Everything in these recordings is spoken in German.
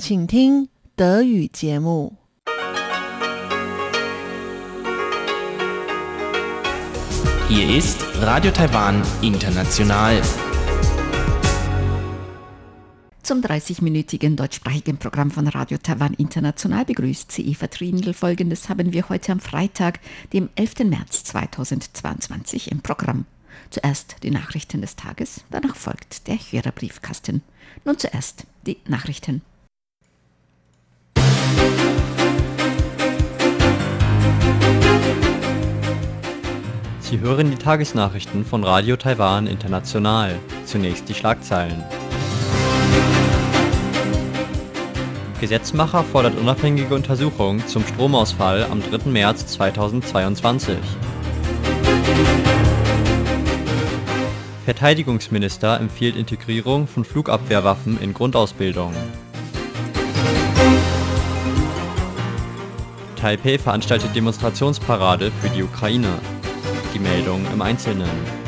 请听德语节目。 Hier ist Radio Taiwan International. Zum 30-minütigen deutschsprachigen Programm von Radio Taiwan International begrüßt sie Eva Trindl. Folgendes haben wir heute am Freitag, dem 11. März 2022 im Programm. Zuerst die Nachrichten des Tages, danach folgt der Hörerbriefkasten. Nun zuerst die Nachrichten. Sie hören die Tagesnachrichten von Radio Taiwan International. Zunächst die Schlagzeilen. Gesetzmacher fordert unabhängige Untersuchung zum Stromausfall am 3. März 2022. Verteidigungsminister empfiehlt Integrierung von Flugabwehrwaffen in Grundausbildung. Taipeh veranstaltet Demonstrationsparade für die Ukraine. Die Meldung im Einzelnen.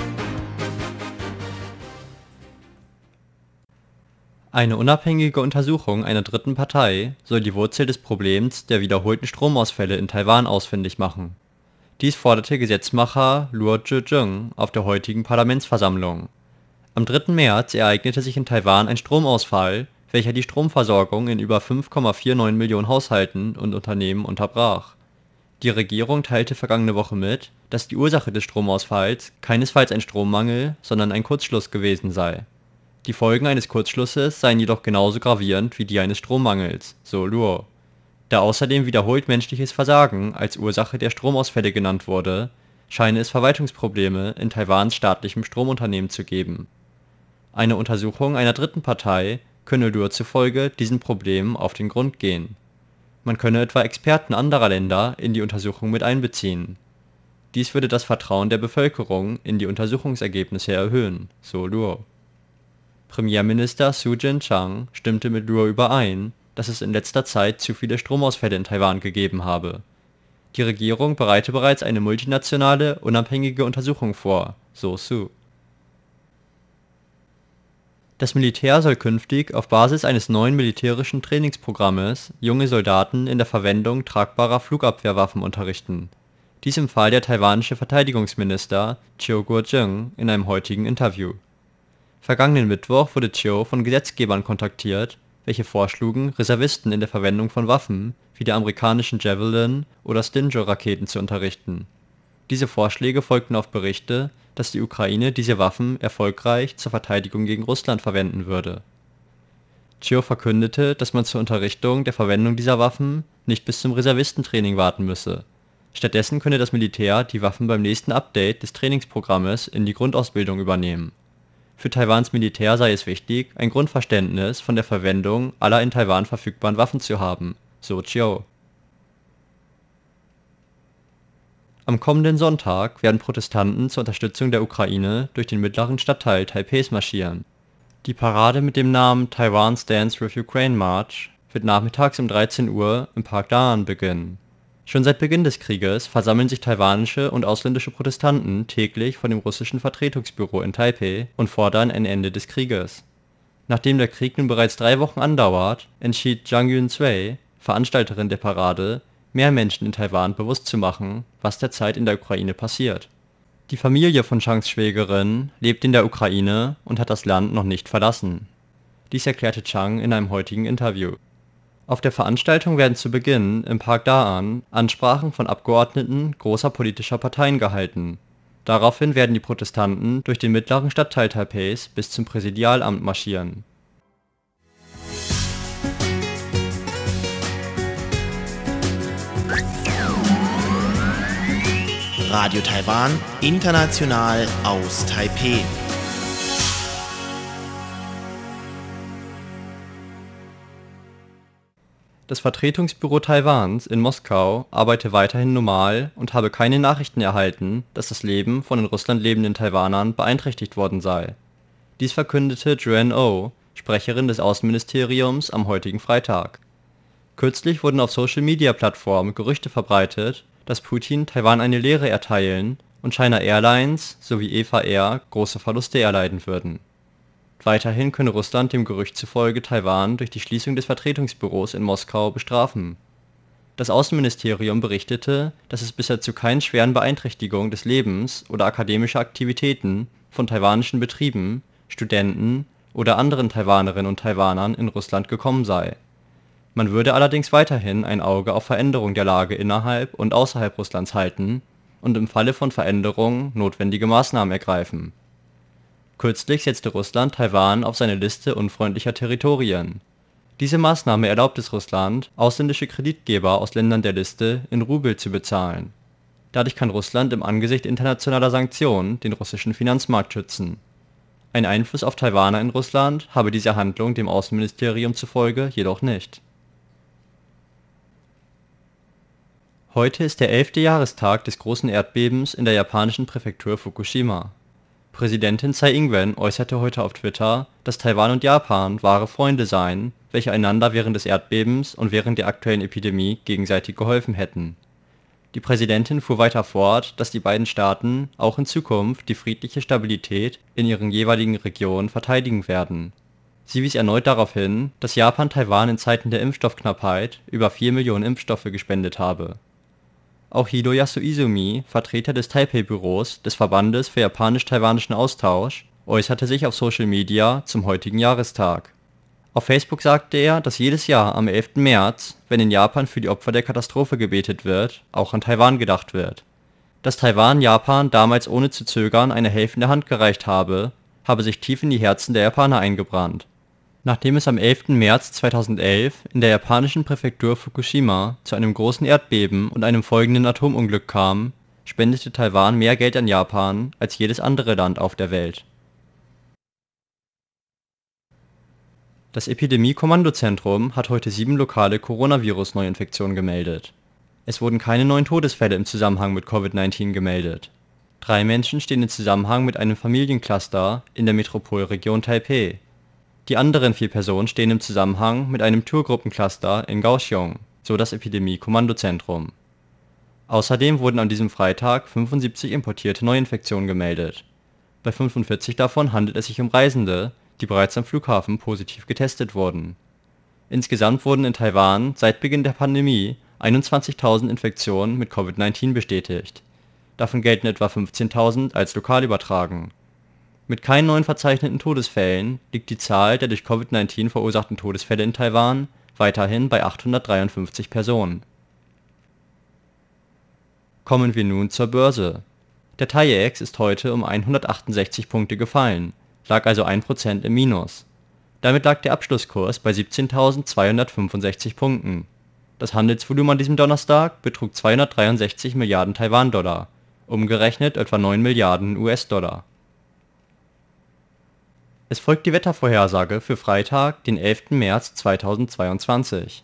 Eine unabhängige Untersuchung einer dritten Partei soll die Wurzel des Problems der wiederholten Stromausfälle in Taiwan ausfindig machen. Dies forderte Gesetzmacher Luo Zhezheng auf der heutigen Parlamentsversammlung. Am 3. März ereignete sich in Taiwan ein Stromausfall, welcher die Stromversorgung in über 5,49 Millionen Haushalten und Unternehmen unterbrach. Die Regierung teilte vergangene Woche mit, dass die Ursache des Stromausfalls keinesfalls ein Strommangel, sondern ein Kurzschluss gewesen sei. Die Folgen eines Kurzschlusses seien jedoch genauso gravierend wie die eines Strommangels, so Luo. Da außerdem wiederholt menschliches Versagen als Ursache der Stromausfälle genannt wurde, scheine es Verwaltungsprobleme in Taiwans staatlichem Stromunternehmen zu geben. Eine Untersuchung einer dritten Partei könne Luo zufolge diesen Problemen auf den Grund gehen. Man könne etwa Experten anderer Länder in die Untersuchung mit einbeziehen. Dies würde das Vertrauen der Bevölkerung in die Untersuchungsergebnisse erhöhen, so Luo. Premierminister Su Jin-chang stimmte mit Luo überein, dass es in letzter Zeit zu viele Stromausfälle in Taiwan gegeben habe. Die Regierung bereite bereits eine multinationale, unabhängige Untersuchung vor, so Su. Das Militär soll künftig auf Basis eines neuen militärischen Trainingsprogrammes junge Soldaten in der Verwendung tragbarer Flugabwehrwaffen unterrichten. Dies empfahl der taiwanische Verteidigungsminister Chiu Kuo-jung in einem heutigen Interview. Vergangenen Mittwoch wurde Chiu von Gesetzgebern kontaktiert, welche vorschlugen, Reservisten in der Verwendung von Waffen wie der amerikanischen Javelin oder Stinger-Raketen zu unterrichten. Diese Vorschläge folgten auf Berichte, dass die Ukraine diese Waffen erfolgreich zur Verteidigung gegen Russland verwenden würde. Chiu verkündete, dass man zur Unterrichtung der Verwendung dieser Waffen nicht bis zum Reservistentraining warten müsse. Stattdessen könne das Militär die Waffen beim nächsten Update des Trainingsprogrammes in die Grundausbildung übernehmen. Für Taiwans Militär sei es wichtig, ein Grundverständnis von der Verwendung aller in Taiwan verfügbaren Waffen zu haben, so Chiu. Am kommenden Sonntag werden Protestanten zur Unterstützung der Ukraine durch den mittleren Stadtteil Taipehs marschieren. Die Parade mit dem Namen Taiwan Stands with Ukraine March wird nachmittags um 13 Uhr im Park Da'an beginnen. Schon seit Beginn des Krieges versammeln sich taiwanische und ausländische Protestanten täglich vor dem russischen Vertretungsbüro in Taipeh und fordern ein Ende des Krieges. Nachdem der Krieg nun bereits 3 Wochen andauert, entschied Zhang Yun-sui, Veranstalterin der Parade, mehr Menschen in Taiwan bewusst zu machen, was derzeit in der Ukraine passiert. Die Familie von Changs Schwägerin lebt in der Ukraine und hat das Land noch nicht verlassen. Dies erklärte Chang in einem heutigen Interview. Auf der Veranstaltung werden zu Beginn im Park Da'an Ansprachen von Abgeordneten großer politischer Parteien gehalten. Daraufhin werden die Protestanten durch den mittleren Stadtteil Taipehs bis zum Präsidialamt marschieren. Radio Taiwan International aus Taipeh. Das Vertretungsbüro Taiwans in Moskau arbeite weiterhin normal und habe keine Nachrichten erhalten, dass das Leben von in Russland lebenden Taiwanern beeinträchtigt worden sei. Dies verkündete Joanne Oh, Sprecherin des Außenministeriums, am heutigen Freitag. Kürzlich wurden auf Social-Media-Plattformen Gerüchte verbreitet, dass Putin Taiwan eine Lehre erteilen und China Airlines sowie Eva Air große Verluste erleiden würden. Weiterhin könne Russland dem Gerücht zufolge Taiwan durch die Schließung des Vertretungsbüros in Moskau bestrafen. Das Außenministerium berichtete, dass es bisher zu keinen schweren Beeinträchtigungen des Lebens oder akademischer Aktivitäten von taiwanischen Betrieben, Studenten oder anderen Taiwanerinnen und Taiwanern in Russland gekommen sei. Man würde allerdings weiterhin ein Auge auf Veränderungen der Lage innerhalb und außerhalb Russlands halten und im Falle von Veränderungen notwendige Maßnahmen ergreifen. Kürzlich setzte Russland Taiwan auf seine Liste unfreundlicher Territorien. Diese Maßnahme erlaubt es Russland, ausländische Kreditgeber aus Ländern der Liste in Rubel zu bezahlen. Dadurch kann Russland im Angesicht internationaler Sanktionen den russischen Finanzmarkt schützen. Ein Einfluss auf Taiwaner in Russland habe diese Handlung dem Außenministerium zufolge jedoch nicht. Heute ist der 11. Jahrestag des großen Erdbebens in der japanischen Präfektur Fukushima. Präsidentin Tsai Ing-wen äußerte heute auf Twitter, dass Taiwan und Japan wahre Freunde seien, welche einander während des Erdbebens und während der aktuellen Epidemie gegenseitig geholfen hätten. Die Präsidentin fuhr weiter fort, dass die beiden Staaten auch in Zukunft die friedliche Stabilität in ihren jeweiligen Regionen verteidigen werden. Sie wies erneut darauf hin, dass Japan Taiwan in Zeiten der Impfstoffknappheit über 4 Millionen Impfstoffe gespendet habe. Auch Hideyasu Izumi, Vertreter des Taipei-Büros des Verbandes für japanisch-taiwanischen Austausch, äußerte sich auf Social Media zum heutigen Jahrestag. Auf Facebook sagte er, dass jedes Jahr am 11. März, wenn in Japan für die Opfer der Katastrophe gebetet wird, auch an Taiwan gedacht wird. Dass Taiwan Japan damals ohne zu zögern eine helfende Hand gereicht habe sich tief in die Herzen der Japaner eingebrannt. Nachdem es am 11. März 2011 in der japanischen Präfektur Fukushima zu einem großen Erdbeben und einem folgenden Atomunglück kam, spendete Taiwan mehr Geld an Japan als jedes andere Land auf der Welt. Das Epidemie-Kommandozentrum hat heute 7 lokale Coronavirus-Neuinfektionen gemeldet. Es wurden keine neuen Todesfälle im Zusammenhang mit Covid-19 gemeldet. 3 Menschen stehen im Zusammenhang mit einem Familiencluster in der Metropolregion Taipei. Die anderen 4 Personen stehen im Zusammenhang mit einem Tourgruppencluster in Kaohsiung, so das Epidemie-Kommandozentrum. Außerdem wurden an diesem Freitag 75 importierte Neuinfektionen gemeldet. Bei 45 davon handelt es sich um Reisende, die bereits am Flughafen positiv getestet wurden. Insgesamt wurden in Taiwan seit Beginn der Pandemie 21.000 Infektionen mit Covid-19 bestätigt. Davon gelten etwa 15.000 als lokal übertragen. Mit keinen neuen verzeichneten Todesfällen liegt die Zahl der durch Covid-19 verursachten Todesfälle in Taiwan weiterhin bei 853 Personen. Kommen wir nun zur Börse. Der TAIEX ist heute um 168 Punkte gefallen, lag also 1% im Minus. Damit lag der Abschlusskurs bei 17.265 Punkten. Das Handelsvolumen an diesem Donnerstag betrug 263 Milliarden Taiwan-Dollar, umgerechnet etwa 9 Milliarden US-Dollar. Es folgt die Wettervorhersage für Freitag, den 11. März 2022.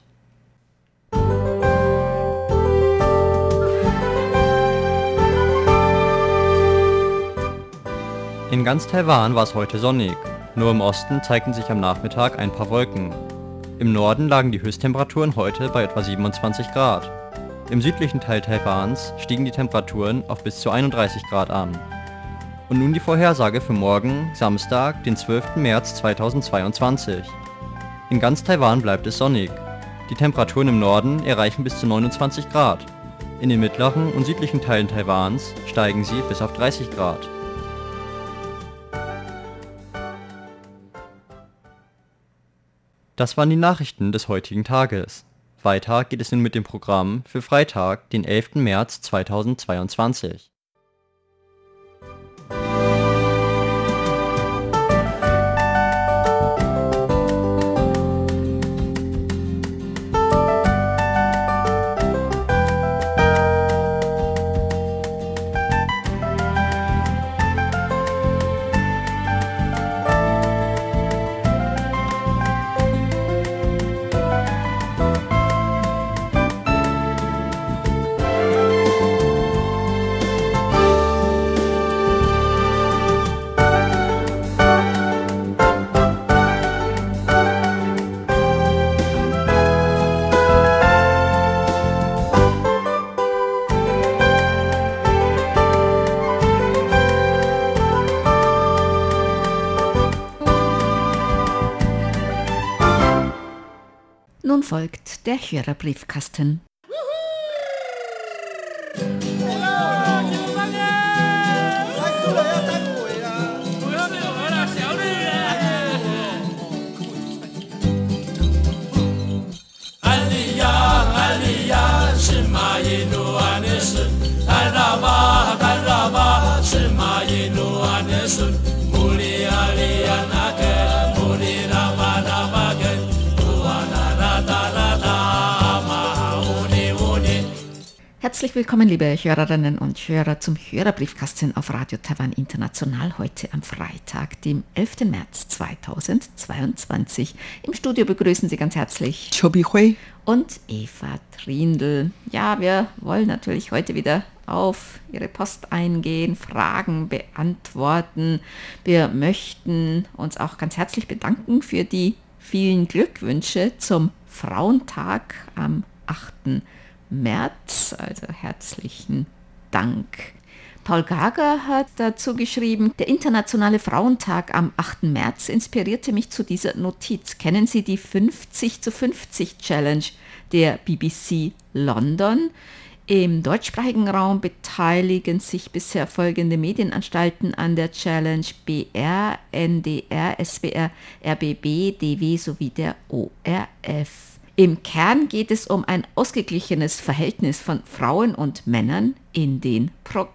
In ganz Taiwan war es heute sonnig, nur im Osten zeigten sich am Nachmittag ein paar Wolken. Im Norden lagen die Höchsttemperaturen heute bei etwa 27 Grad. Im südlichen Teil Taiwans stiegen die Temperaturen auf bis zu 31 Grad an. Und nun die Vorhersage für morgen, Samstag, den 12. März 2022. In ganz Taiwan bleibt es sonnig. Die Temperaturen im Norden erreichen bis zu 29 Grad. In den mittleren und südlichen Teilen Taiwans steigen sie bis auf 30 Grad. Das waren die Nachrichten des heutigen Tages. Weiter geht es nun mit dem Programm für Freitag, den 11. März 2022. Nun folgt der Hörerbriefkasten. Herzlich willkommen, liebe Hörerinnen und Hörer, zum Hörerbriefkasten auf Radio Taiwan International heute am Freitag, dem 11. März 2022. Im Studio begrüßen Sie ganz herzlich Chobi Hui und Eva Trindl. Ja, wir wollen natürlich heute wieder auf Ihre Post eingehen, Fragen beantworten. Wir möchten uns auch ganz herzlich bedanken für die vielen Glückwünsche zum Frauentag am 8. März, also herzlichen Dank. Paul Gager hat dazu geschrieben, der Internationale Frauentag am 8. März inspirierte mich zu dieser Notiz. Kennen Sie die 50-50 Challenge der BBC London? Im deutschsprachigen Raum beteiligen sich bisher folgende Medienanstalten an der Challenge: BR, NDR, SWR, RBB, DW sowie der ORF. Im Kern geht es um ein ausgeglichenes Verhältnis von Frauen und Männern in den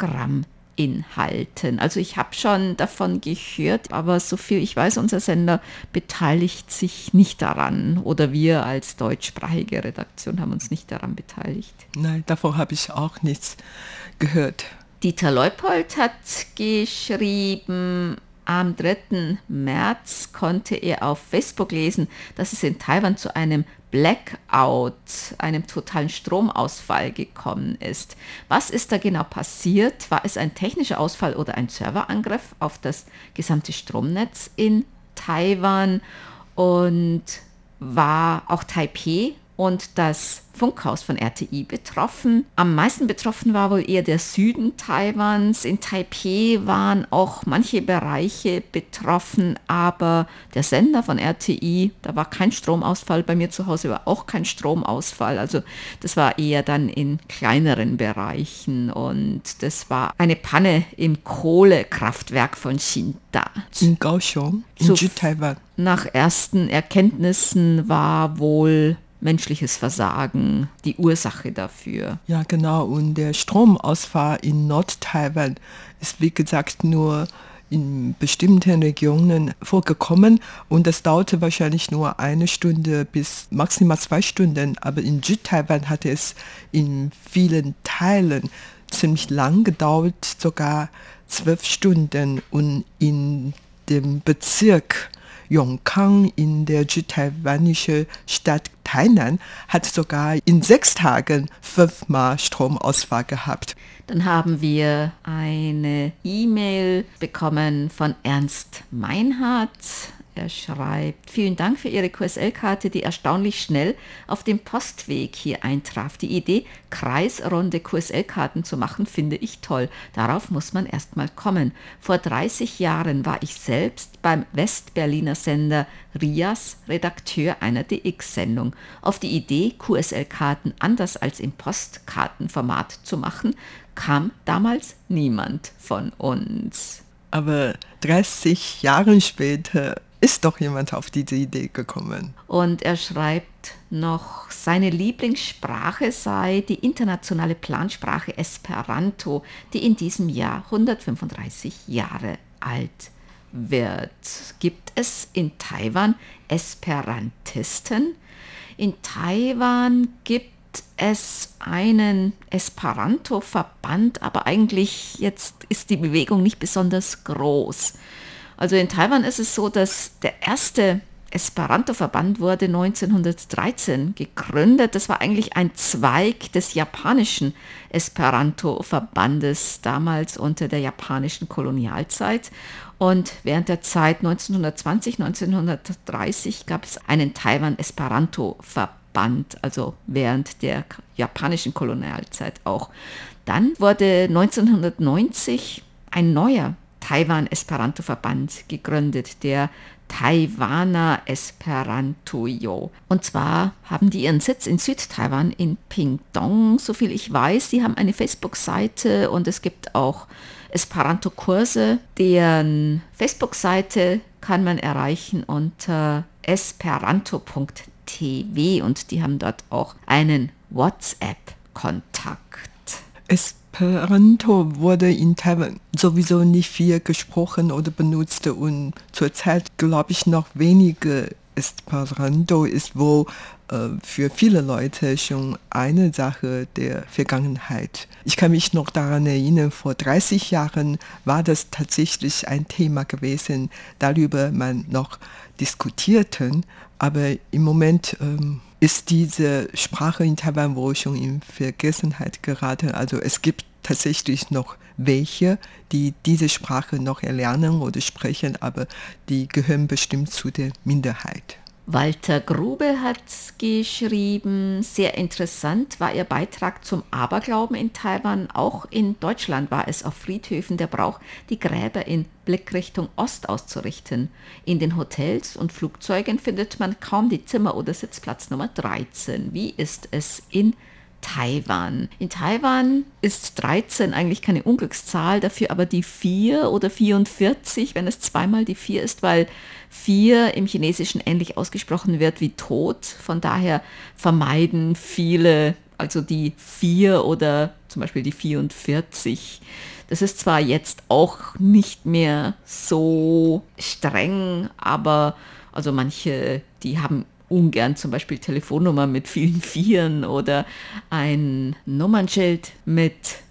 Programminhalten. Also ich habe schon davon gehört, aber soviel ich weiß, unser Sender beteiligt sich nicht daran. Oder wir als deutschsprachige Redaktion haben uns nicht daran beteiligt. Nein, davon habe ich auch nichts gehört. Dieter Leupold hat geschrieben, am 3. März konnte er auf Facebook lesen, dass es in Taiwan zu einem Blackout, einem totalen Stromausfall gekommen ist. Was ist da genau passiert? War es ein technischer Ausfall oder ein Serverangriff auf das gesamte Stromnetz in Taiwan? Und war auch Taipei und das Funkhaus von RTI betroffen? Am meisten betroffen war wohl eher der Süden Taiwans. In Taipei waren auch manche Bereiche betroffen, aber der Sender von RTI, da war kein Stromausfall. Bei mir zu Hause war auch kein Stromausfall. Also das war eher dann in kleineren Bereichen und das war eine Panne im Kohlekraftwerk von Xinda. In Kaohsiung, in Südtaiwan. Nach ersten Erkenntnissen war wohl menschliches Versagen die Ursache dafür. Ja, genau. Und der Stromausfall in Nord-Taiwan ist, wie gesagt, nur in bestimmten Regionen vorgekommen. Und das dauerte wahrscheinlich nur 1 Stunde bis maximal 2 Stunden. Aber in Südtaiwan hatte es in vielen Teilen ziemlich lang gedauert, sogar 12 Stunden. Und in dem Bezirk Yongkang in der südtaiwanischen Stadt Tainan hat sogar in 6 Tagen 5-mal Stromausfall gehabt. Dann haben wir eine E-Mail bekommen von Ernst Meinhardt. Er schreibt: Vielen Dank für Ihre QSL-Karte, die erstaunlich schnell auf dem Postweg hier eintraf. Die Idee, kreisrunde QSL-Karten zu machen, finde ich toll. Darauf muss man erst mal kommen. Vor 30 Jahren war ich selbst beim Westberliner Sender RIAS Redakteur einer DX-Sendung. Auf die Idee, QSL-Karten anders als im Postkartenformat zu machen, kam damals niemand von uns. Aber 30 Jahre später ist doch jemand auf diese Idee gekommen. Und er schreibt noch, seine Lieblingssprache sei die internationale Plansprache Esperanto, die in diesem Jahr 135 Jahre alt wird. Gibt es in Taiwan Esperantisten? In Taiwan gibt es einen Esperanto-Verband, aber eigentlich jetzt ist die Bewegung nicht besonders groß. Also in Taiwan ist es so, dass der erste Esperanto-Verband wurde 1913 gegründet. Das war eigentlich ein Zweig des japanischen Esperanto-Verbandes, damals unter der japanischen Kolonialzeit. Und während der Zeit 1920, 1930 gab es einen Taiwan-Esperanto-Verband, also während der japanischen Kolonialzeit auch. Dann wurde 1990 ein neuer Taiwan-Esperanto-Verband gegründet, der Taiwaner Esperanto-Jo. Und zwar haben die ihren Sitz in Südtaiwan in Pingtung, soviel ich weiß. Sie haben eine Facebook-Seite und es gibt auch Esperanto-Kurse. Deren Facebook-Seite kann man erreichen unter esperanto.tv und die haben dort auch einen WhatsApp-Kontakt. Esperanto wurde in Taiwan sowieso nicht viel gesprochen oder benutzt und zurzeit glaube ich noch wenige. Esperanto ist wohl für viele Leute schon eine Sache der Vergangenheit. Ich kann mich noch daran erinnern, vor 30 Jahren war das tatsächlich ein Thema gewesen, darüber man noch diskutierten, aber im Moment ist diese Sprache in Taiwan wohl schon in Vergessenheit geraten. Also es gibt tatsächlich noch welche, die diese Sprache noch erlernen oder sprechen, aber die gehören bestimmt zu der Minderheit. Walter Grube hat geschrieben, sehr interessant war Ihr Beitrag zum Aberglauben in Taiwan. Auch in Deutschland war es auf Friedhöfen der Brauch, die Gräber in Blickrichtung Ost auszurichten. In den Hotels und Flugzeugen findet man kaum die Zimmer- oder Sitzplatz Nummer 13. Wie ist es in Taiwan? In Taiwan ist 13 eigentlich keine Unglückszahl, dafür aber die 4 oder 44, wenn es zweimal die 4 ist, weil 4 im Chinesischen ähnlich ausgesprochen wird wie Tod. Von daher vermeiden viele also die 4 oder zum Beispiel die 44. Das ist zwar jetzt auch nicht mehr so streng, aber also manche, die haben ungern zum Beispiel Telefonnummer mit vielen Vieren oder ein Nummernschild mit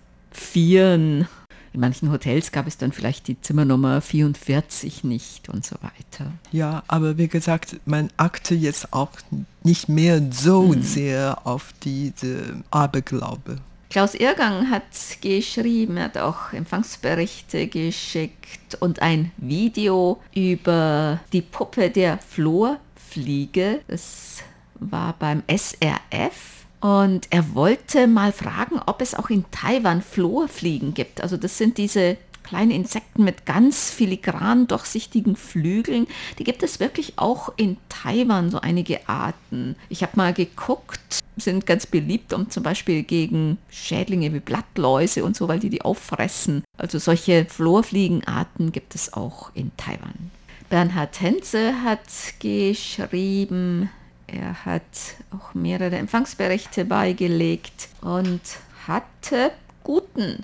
Vieren. In manchen Hotels gab es dann vielleicht die Zimmernummer 44 nicht und so weiter. Ja, aber wie gesagt, man achte jetzt auch nicht mehr so sehr auf diese Aberglaube. Klaus Irrgang hat geschrieben, er hat auch Empfangsberichte geschickt und ein Video über die Puppe der Florfliege. Das war beim SRF. Und er wollte mal fragen, ob es auch in Taiwan Florfliegen gibt. Also das sind diese kleinen Insekten mit ganz filigran durchsichtigen Flügeln. Die gibt es wirklich auch in Taiwan, so einige Arten. Ich habe mal geguckt, sind ganz beliebt, um zum Beispiel gegen Schädlinge wie Blattläuse und so, weil die auffressen. Also solche Florfliegenarten gibt es auch in Taiwan. Bernhard Henze hat geschrieben, er hat auch mehrere Empfangsberichte beigelegt und hatte guten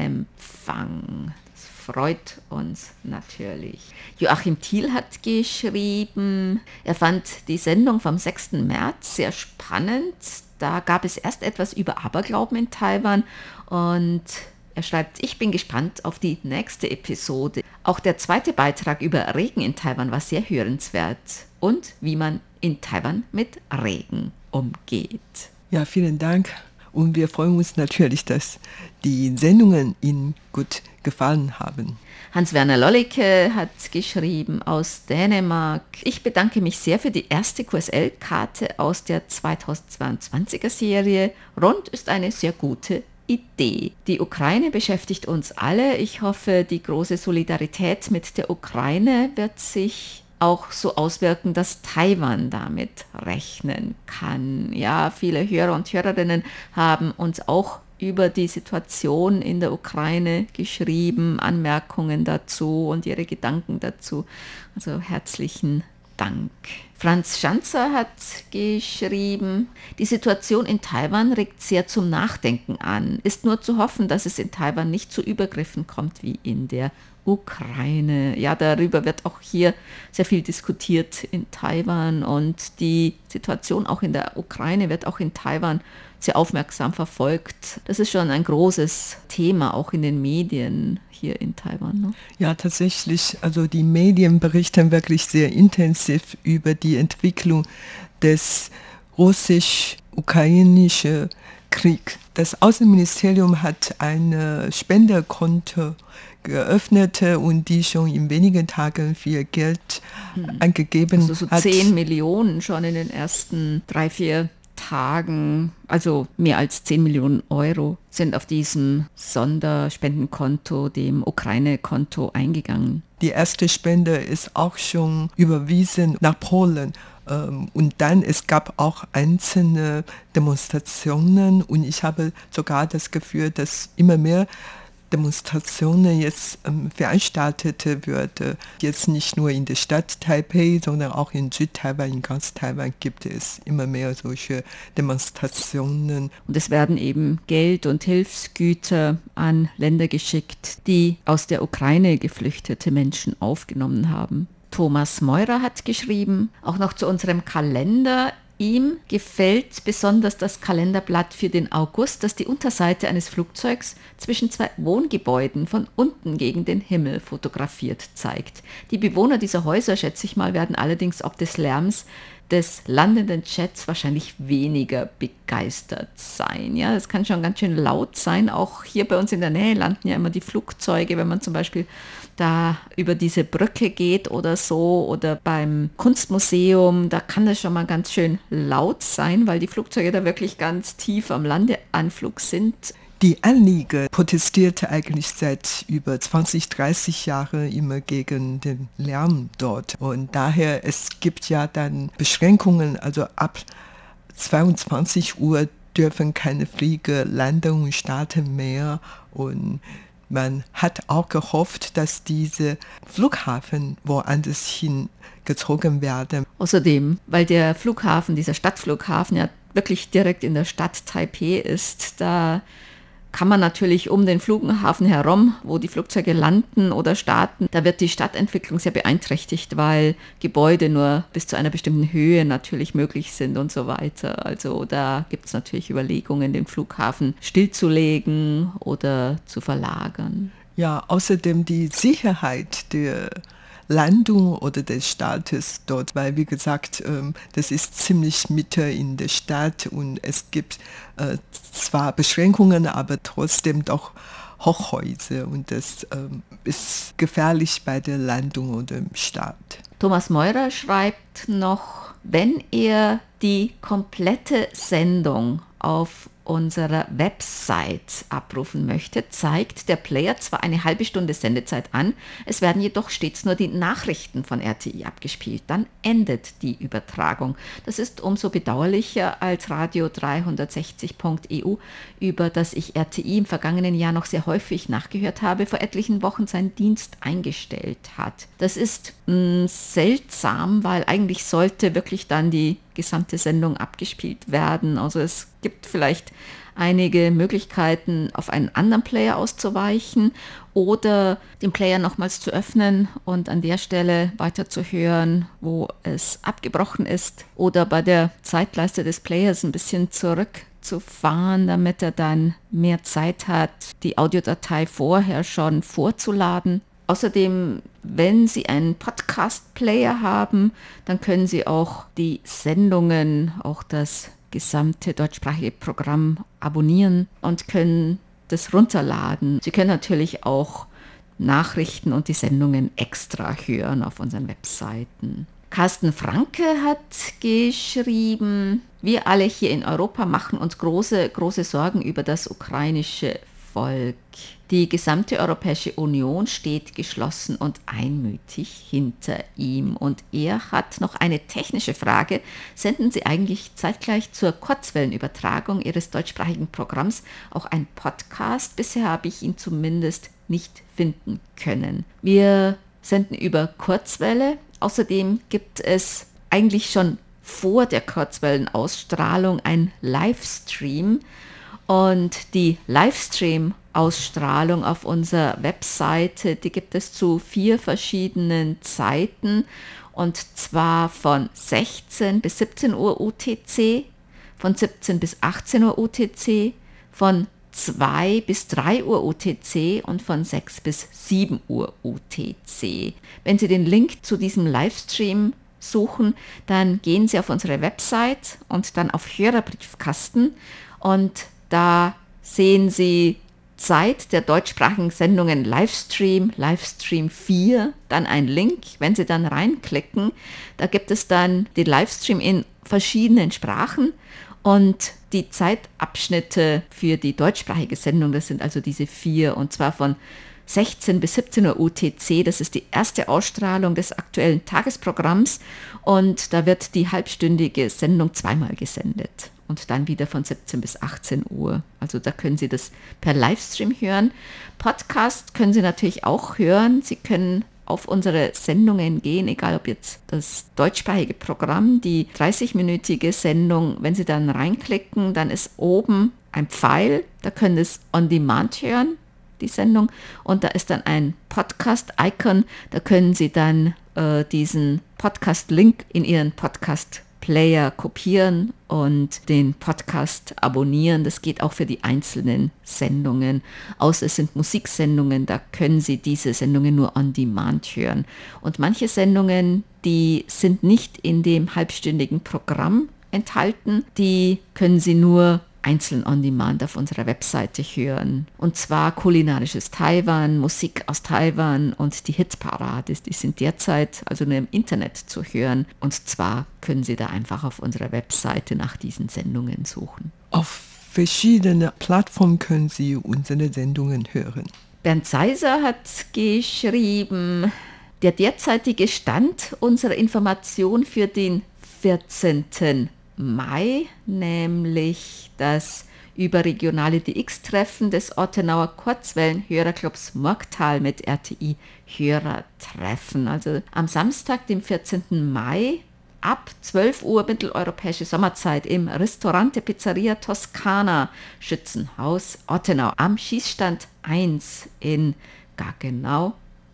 Empfang. Das freut uns natürlich. Joachim Thiel hat geschrieben, er fand die Sendung vom 6. März sehr spannend. Da gab es erst etwas über Aberglauben in Taiwan und er schreibt, ich bin gespannt auf die nächste Episode. Auch der zweite Beitrag über Regen in Taiwan war sehr hörenswert und wie man in Taiwan mit Regen umgeht. Ja, vielen Dank. Und wir freuen uns natürlich, dass die Sendungen Ihnen gut gefallen haben. Hans-Werner Lollicke hat geschrieben aus Dänemark. Ich bedanke mich sehr für die erste QSL-Karte aus der 2022er Serie. Rund ist eine sehr gute Idee. Die Ukraine beschäftigt uns alle. Ich hoffe, die große Solidarität mit der Ukraine wird sich auch so auswirken, dass Taiwan damit rechnen kann. Ja, viele Hörer und Hörerinnen haben uns auch über die Situation in der Ukraine geschrieben, Anmerkungen dazu und ihre Gedanken dazu. Also herzlichen Dank. Franz Schanzer hat geschrieben, die Situation in Taiwan regt sehr zum Nachdenken an. Ist nur zu hoffen, dass es in Taiwan nicht zu Übergriffen kommt wie in der Ukraine. Ja, darüber wird auch hier sehr viel diskutiert in Taiwan und die Situation auch in der Ukraine wird auch in Taiwan sehr aufmerksam verfolgt. Das ist schon ein großes Thema, auch in den Medien hier in Taiwan. Ne? Ja, tatsächlich. Also die Medien berichten wirklich sehr intensiv über die Entwicklung des russisch-ukrainischen Kriegs. Das Außenministerium hat ein Spenderkonto geöffnet und die schon in wenigen Tagen viel Geld eingegeben also so hat. 10 Millionen schon in den ersten 3-4 Tagen, also mehr als 10 Millionen Euro sind auf diesem Sonderspendenkonto, dem Ukraine-Konto eingegangen. Die erste Spende ist auch schon überwiesen nach Polen. Und dann, es gab auch einzelne Demonstrationen und ich habe sogar das Gefühl, dass immer mehr Demonstrationen jetzt veranstaltet wird. Jetzt nicht nur in der Stadt Taipei, sondern auch in Südtaiwan, in ganz Taiwan gibt es immer mehr solche Demonstrationen. Und es werden eben Geld und Hilfsgüter an Länder geschickt, die aus der Ukraine geflüchtete Menschen aufgenommen haben. Thomas Meurer hat geschrieben, auch noch zu unserem Kalender. Ihm gefällt besonders das Kalenderblatt für den August, das die Unterseite eines Flugzeugs zwischen zwei Wohngebäuden von unten gegen den Himmel fotografiert zeigt. Die Bewohner dieser Häuser, schätze ich mal, werden allerdings ob des Lärms des landenden Jets wahrscheinlich weniger begeistert sein. Ja, es kann schon ganz schön laut sein. Auch hier bei uns in der Nähe landen ja immer die Flugzeuge, wenn man zum Beispiel da über diese Brücke geht oder so, oder beim Kunstmuseum, da kann das schon mal ganz schön laut sein, weil die Flugzeuge da wirklich ganz tief am Landeanflug sind. Die Anlieger protestierte eigentlich seit über 20, 30 Jahren immer gegen den Lärm dort. Und daher, es gibt ja dann Beschränkungen, also ab 22 Uhr dürfen keine Flieger landen und starten mehr. Und man hat auch gehofft, dass diese Flughafen woanders hingezogen werden. Außerdem, weil der Flughafen, dieser Stadtflughafen ja wirklich direkt in der Stadt Taipei ist, da kann man natürlich um den Flughafen herum, wo die Flugzeuge landen oder starten, da wird die Stadtentwicklung sehr beeinträchtigt, weil Gebäude nur bis zu einer bestimmten Höhe natürlich möglich sind und so weiter. Also da gibt es natürlich Überlegungen, den Flughafen stillzulegen oder zu verlagern. Ja, außerdem die Sicherheit der Landung oder des Startes dort, weil wie gesagt, das ist ziemlich mitten in der Stadt und es gibt zwar Beschränkungen, aber trotzdem doch Hochhäuser und das ist gefährlich bei der Landung oder im Start. Thomas Meurer schreibt noch, wenn ihr die komplette Sendung auf unserer Website abrufen möchtet, zeigt der Player zwar eine halbe Stunde Sendezeit an, es werden jedoch stets nur die Nachrichten von RTI abgespielt. Dann endet die Übertragung. Das ist umso bedauerlicher, als Radio 360.eu, über das ich RTI im vergangenen Jahr noch sehr häufig nachgehört habe, vor etlichen Wochen seinen Dienst eingestellt hat. Das ist seltsam, weil eigentlich sollte wirklich dann die gesamte Sendung abgespielt werden. Also es gibt vielleicht einige Möglichkeiten, auf einen anderen Player auszuweichen oder den Player nochmals zu öffnen und an der Stelle weiterzuhören, wo es abgebrochen ist, oder bei der Zeitleiste des Players ein bisschen zurückzufahren, damit er dann mehr Zeit hat, die Audiodatei vorher schon vorzuladen. Außerdem, wenn Sie einen Podcast-Player haben, dann können Sie auch die Sendungen, auch das gesamte deutschsprachige Programm abonnieren und können das runterladen. Sie können natürlich auch Nachrichten und die Sendungen extra hören auf unseren Webseiten. Carsten Franke hat geschrieben, wir alle hier in Europa machen uns große Sorgen über das ukrainische Volk. Die gesamte Europäische Union steht geschlossen und einmütig hinter ihm. Und er hat noch eine technische Frage. Senden Sie eigentlich zeitgleich zur Kurzwellenübertragung Ihres deutschsprachigen Programms auch einen Podcast? Bisher habe ich ihn zumindest nicht finden können. Wir senden über Kurzwelle. Außerdem gibt es eigentlich schon vor der Kurzwellenausstrahlung einen Livestream. Und die Livestream-Ausstrahlung auf unserer Webseite, die gibt es zu 4 verschiedenen Zeiten, und zwar von 16 bis 17 Uhr UTC, von 17 bis 18 Uhr UTC, von 2 bis 3 Uhr UTC und von 6 bis 7 Uhr UTC. Wenn Sie den Link zu diesem Livestream suchen, dann gehen Sie auf unsere Website und dann auf Hörerbriefkasten, und da sehen Sie Zeit der deutschsprachigen Sendungen Livestream 4, dann ein Link. Wenn Sie dann reinklicken, da gibt es dann den Livestream in verschiedenen Sprachen und die Zeitabschnitte für die deutschsprachige Sendung, das sind also diese 4, und zwar von 16 bis 17 Uhr UTC. Das ist die erste Ausstrahlung des aktuellen Tagesprogramms und da wird die halbstündige Sendung zweimal gesendet und dann wieder von 17 bis 18 Uhr. Also da können Sie das per Livestream hören. Podcast können Sie natürlich auch hören. Sie können auf unsere Sendungen gehen, egal ob jetzt das deutschsprachige Programm, die 30-minütige Sendung, wenn Sie dann reinklicken, dann ist oben ein Pfeil, da können Sie es on demand hören, die Sendung, und da ist dann ein Podcast-Icon, da können Sie dann diesen Podcast-Link in Ihren Podcast-Player kopieren und den Podcast abonnieren. Das geht auch für die einzelnen Sendungen. Außer es sind Musiksendungen, da können Sie diese Sendungen nur on demand hören. Und manche Sendungen, die sind nicht in dem halbstündigen Programm enthalten, die können Sie nur einzeln on demand auf unserer Webseite hören. Und zwar kulinarisches Taiwan, Musik aus Taiwan und die Hitparade, die sind derzeit also nur im Internet zu hören. Und zwar können Sie da einfach auf unserer Webseite nach diesen Sendungen suchen. Auf verschiedene Plattformen können Sie unsere Sendungen hören. Bernd Seiser hat geschrieben, der derzeitige Stand unserer Information für den 14. Mai, nämlich das überregionale DX-Treffen des Ortenauer Kurzwellen-Hörerclubs Murgtal mit RTI-Hörertreffen. Also am Samstag, dem 14. Mai, ab 12 Uhr mitteleuropäische Sommerzeit im Ristorante Pizzeria Toscana, Schützenhaus Ortenau, am Schießstand 1 in Gaggenau,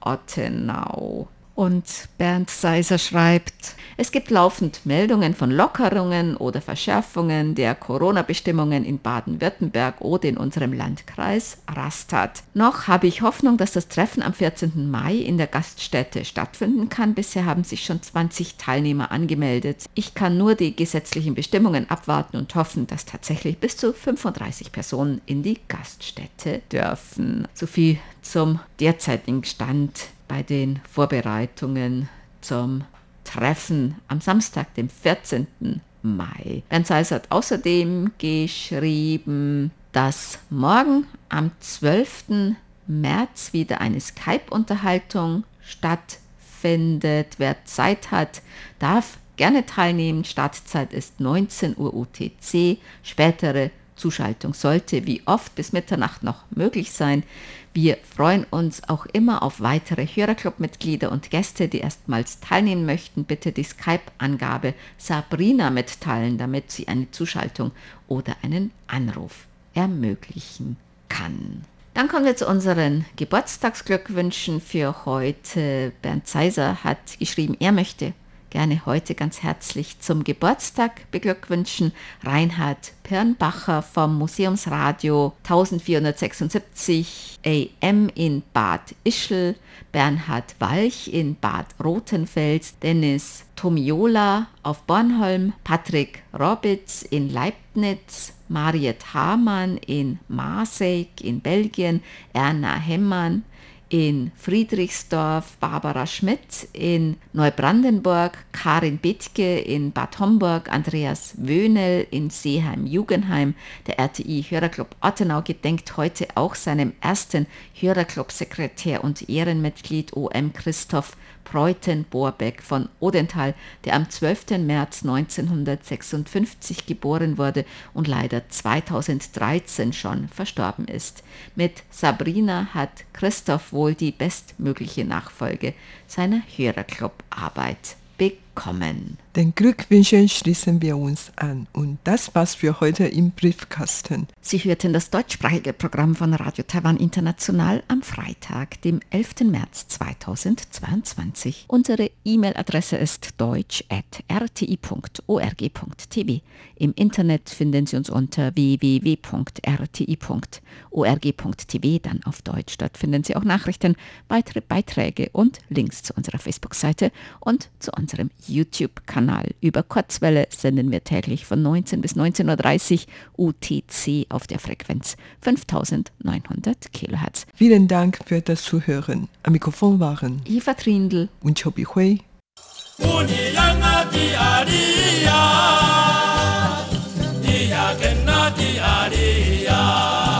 Ortenau. Und Bernd Seiser schreibt, es gibt laufend Meldungen von Lockerungen oder Verschärfungen der Corona-Bestimmungen in Baden-Württemberg oder in unserem Landkreis Rastatt. Noch habe ich Hoffnung, dass das Treffen am 14. Mai in der Gaststätte stattfinden kann. Bisher haben sich schon 20 Teilnehmer angemeldet. Ich kann nur die gesetzlichen Bestimmungen abwarten und hoffen, dass tatsächlich bis zu 35 Personen in die Gaststätte dürfen. Soviel zum derzeitigen Stand bei den Vorbereitungen zum Treffen am Samstag, dem 14. Mai. Bernd Seiser hat außerdem geschrieben, dass morgen am 12. März wieder eine Skype-Unterhaltung stattfindet. Wer Zeit hat, darf gerne teilnehmen. Startzeit ist 19 Uhr UTC. Spätere Zuschaltung sollte wie oft bis Mitternacht noch möglich sein. Wir freuen uns auch immer auf weitere Hörerclub-Mitglieder und Gäste, die erstmals teilnehmen möchten. Bitte die Skype-Angabe Sabrina mitteilen, damit sie eine Zuschaltung oder einen Anruf ermöglichen kann. Dann kommen wir zu unseren Geburtstagsglückwünschen für heute. Bernd Seiser hat geschrieben, er möchte gerne heute ganz herzlich zum Geburtstag beglückwünschen Reinhard Pirnbacher vom Museumsradio 1476 AM in Bad Ischl, Bernhard Walch in Bad Rothenfels, Dennis Tomiola auf Bornholm, Patrick Robitz in Leibniz, Mariet Hamann in Maaseik in Belgien, Erna Hemmann in Friedrichsdorf, Barbara Schmidt in Neubrandenburg, Karin Bittke in Bad Homburg, Andreas Wöhnel in Seeheim-Jugenheim. Der RTI-Hörerclub Ortenau gedenkt heute auch seinem ersten Hörerclub-Sekretär und Ehrenmitglied OM Christoph Preuten-Borbeck von Odenthal, der am 12. März 1956 geboren wurde und leider 2013 schon verstorben ist. Mit Sabrina hat Christoph wohl die bestmögliche Nachfolge seiner Hörerclub-Arbeit bekommen. Den Glückwünschen schließen wir uns an. Und das war's für heute im Briefkasten. Sie hörten das deutschsprachige Programm von Radio Taiwan International am Freitag, dem 11. März 2022. Unsere E-Mail-Adresse ist deutsch@rti.org.tv. Im Internet finden Sie uns unter www.rti.org.tv, dann auf Deutsch. Dort finden Sie auch Nachrichten, weitere Beiträge und Links zu unserer Facebook-Seite und zu unserem YouTube-Kanal. Über Kurzwelle senden wir täglich von 19 bis 19.30 Uhr UTC auf der Frequenz 5900 kHz. Vielen Dank für das Zuhören. Am Mikrofon waren Eva Trindl und Chobi Hui. Dia